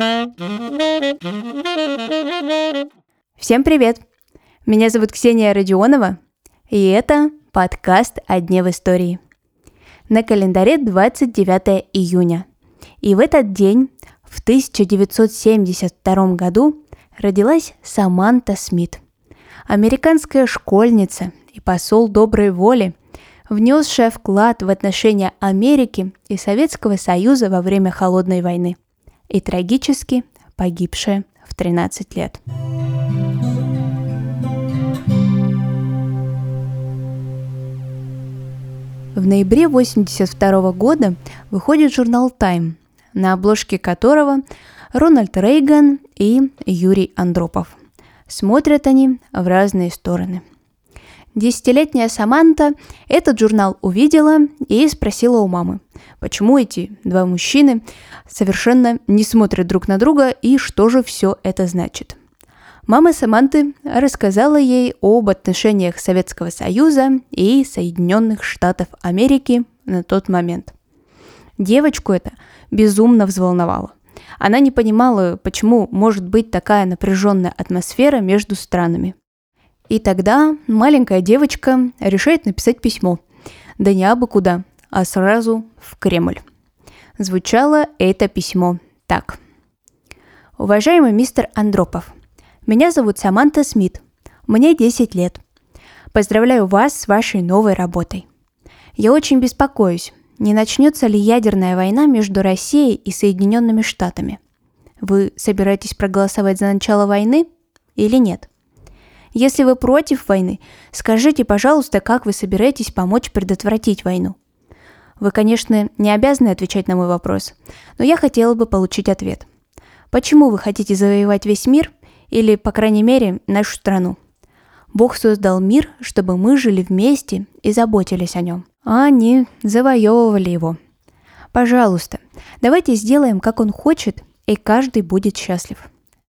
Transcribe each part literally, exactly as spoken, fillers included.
Всем привет! Меня зовут Ксения Родионова, и это подкаст «О дне в истории». На календаре двадцать девятое июня, и в этот день, в тысяча девятьсот семьдесят втором году, родилась Саманта Смит, американская школьница и посол доброй воли, внесшая вклад в отношения Америки и Советского Союза во время Холодной войны и трагически погибшая в тринадцать лет. В ноябре восемьдесят второго года выходит журнал Time, на обложке которого Рональд Рейган и Юрий Андропов. Смотрят они в разные стороны. Десятилетняя Саманта этот журнал увидела и спросила у мамы, почему эти два мужчины совершенно не смотрят друг на друга и что же все это значит. Мама Саманты рассказала ей об отношениях Советского Союза и Соединенных Штатов Америки на тот момент. Девочку это безумно взволновало. Она не понимала, почему может быть такая напряженная атмосфера между странами. И тогда маленькая девочка решает написать письмо. Да не абы куда, а сразу в Кремль. Звучало это письмо так. «Уважаемый мистер Андропов, меня зовут Саманта Смит. Мне десять лет. Поздравляю вас с вашей новой работой. Я очень беспокоюсь, не начнется ли ядерная война между Россией и Соединенными Штатами. Вы собираетесь проголосовать за начало войны или нет? Если вы против войны, скажите, пожалуйста, как вы собираетесь помочь предотвратить войну? Вы, конечно, не обязаны отвечать на мой вопрос, но я хотела бы получить ответ. Почему вы хотите завоевать весь мир или, по крайней мере, нашу страну? Бог создал мир, чтобы мы жили вместе и заботились о нем, а не завоевывали его. Пожалуйста, давайте сделаем, как он хочет, и каждый будет счастлив».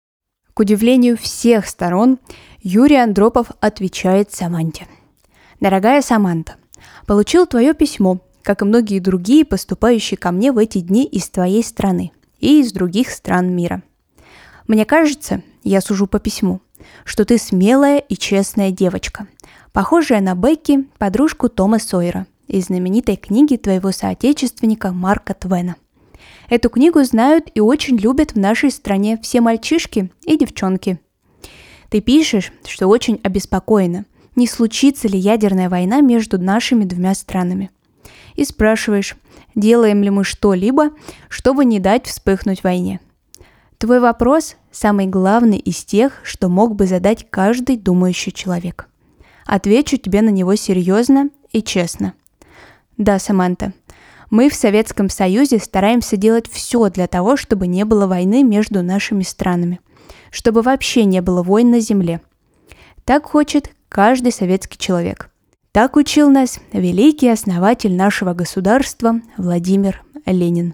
К удивлению всех сторон, Юрий Андропов отвечает Саманте. «Дорогая Саманта, получил твое письмо, как и многие другие, поступающие ко мне в эти дни из твоей страны и из других стран мира. Мне кажется, я сужу по письму, что ты смелая и честная девочка, похожая на Бекки, подружку Тома Сойера, из знаменитой книги твоего соотечественника Марка Твена. Эту книгу знают и очень любят в нашей стране все мальчишки и девчонки. Ты пишешь, что очень обеспокоена, не случится ли ядерная война между нашими двумя странами. И спрашиваешь, делаем ли мы что-либо, чтобы не дать вспыхнуть войне. Твой вопрос самый главный из тех, что мог бы задать каждый думающий человек. Отвечу тебе на него серьезно и честно. Да, Саманта, мы в Советском Союзе стараемся делать все для того, чтобы не было войны между нашими странами, чтобы вообще не было войн на земле. Так хочет каждый советский человек. Так учил нас великий основатель нашего государства Владимир Ленин».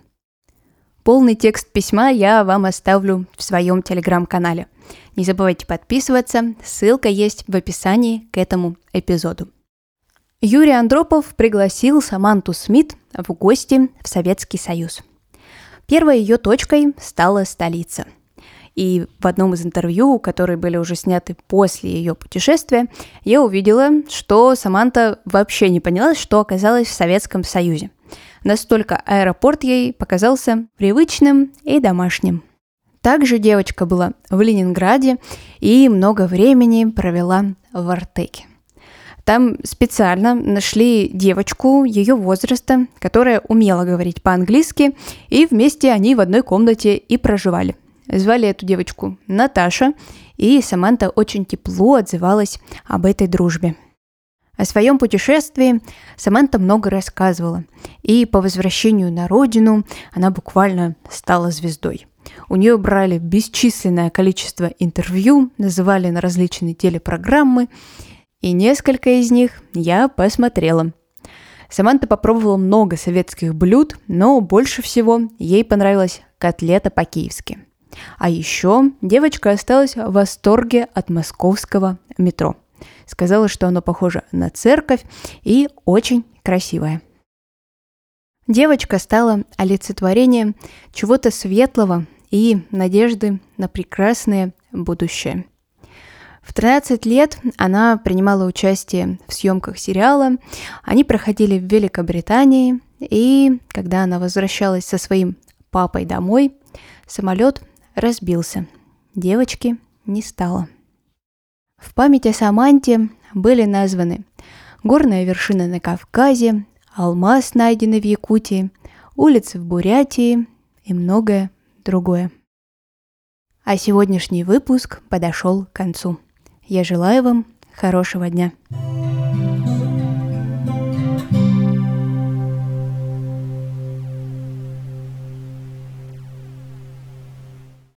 Полный текст письма я вам оставлю в своем телеграм-канале. Не забывайте подписываться, ссылка есть в описании к этому эпизоду. Юрий Андропов пригласил Саманту Смит в гости в Советский Союз. Первой ее точкой стала столица. И в одном из интервью, которые были уже сняты после ее путешествия, я увидела, что Саманта вообще не поняла, что оказалась в Советском Союзе. Настолько аэропорт ей показался привычным и домашним. Также девочка была в Ленинграде и много времени провела в Артеке. Там специально нашли девочку ее возраста, которая умела говорить по-английски, и вместе они в одной комнате и проживали. Звали эту девочку Наташа, и Саманта очень тепло отзывалась об этой дружбе. О своем путешествии Саманта много рассказывала, и по возвращению на родину она буквально стала звездой. У нее брали бесчисленное количество интервью, называли на различные телепрограммы, и несколько из них я посмотрела. Саманта попробовала много советских блюд, но больше всего ей понравилась котлета по-киевски. А еще девочка осталась в восторге от московского метро. Сказала, что оно похоже на церковь и очень красивое. Девочка стала олицетворением чего-то светлого и надежды на прекрасное будущее. В тринадцать лет она принимала участие в съемках сериала. Они проходили в Великобритании, и когда она возвращалась со своим папой домой, самолет разбился. Девочки не стало. В память о Саманте были названы горная вершина на Кавказе, алмаз, найденный в Якутии, улицы в Бурятии и многое другое. А сегодняшний выпуск подошел к концу. Я желаю вам хорошего дня.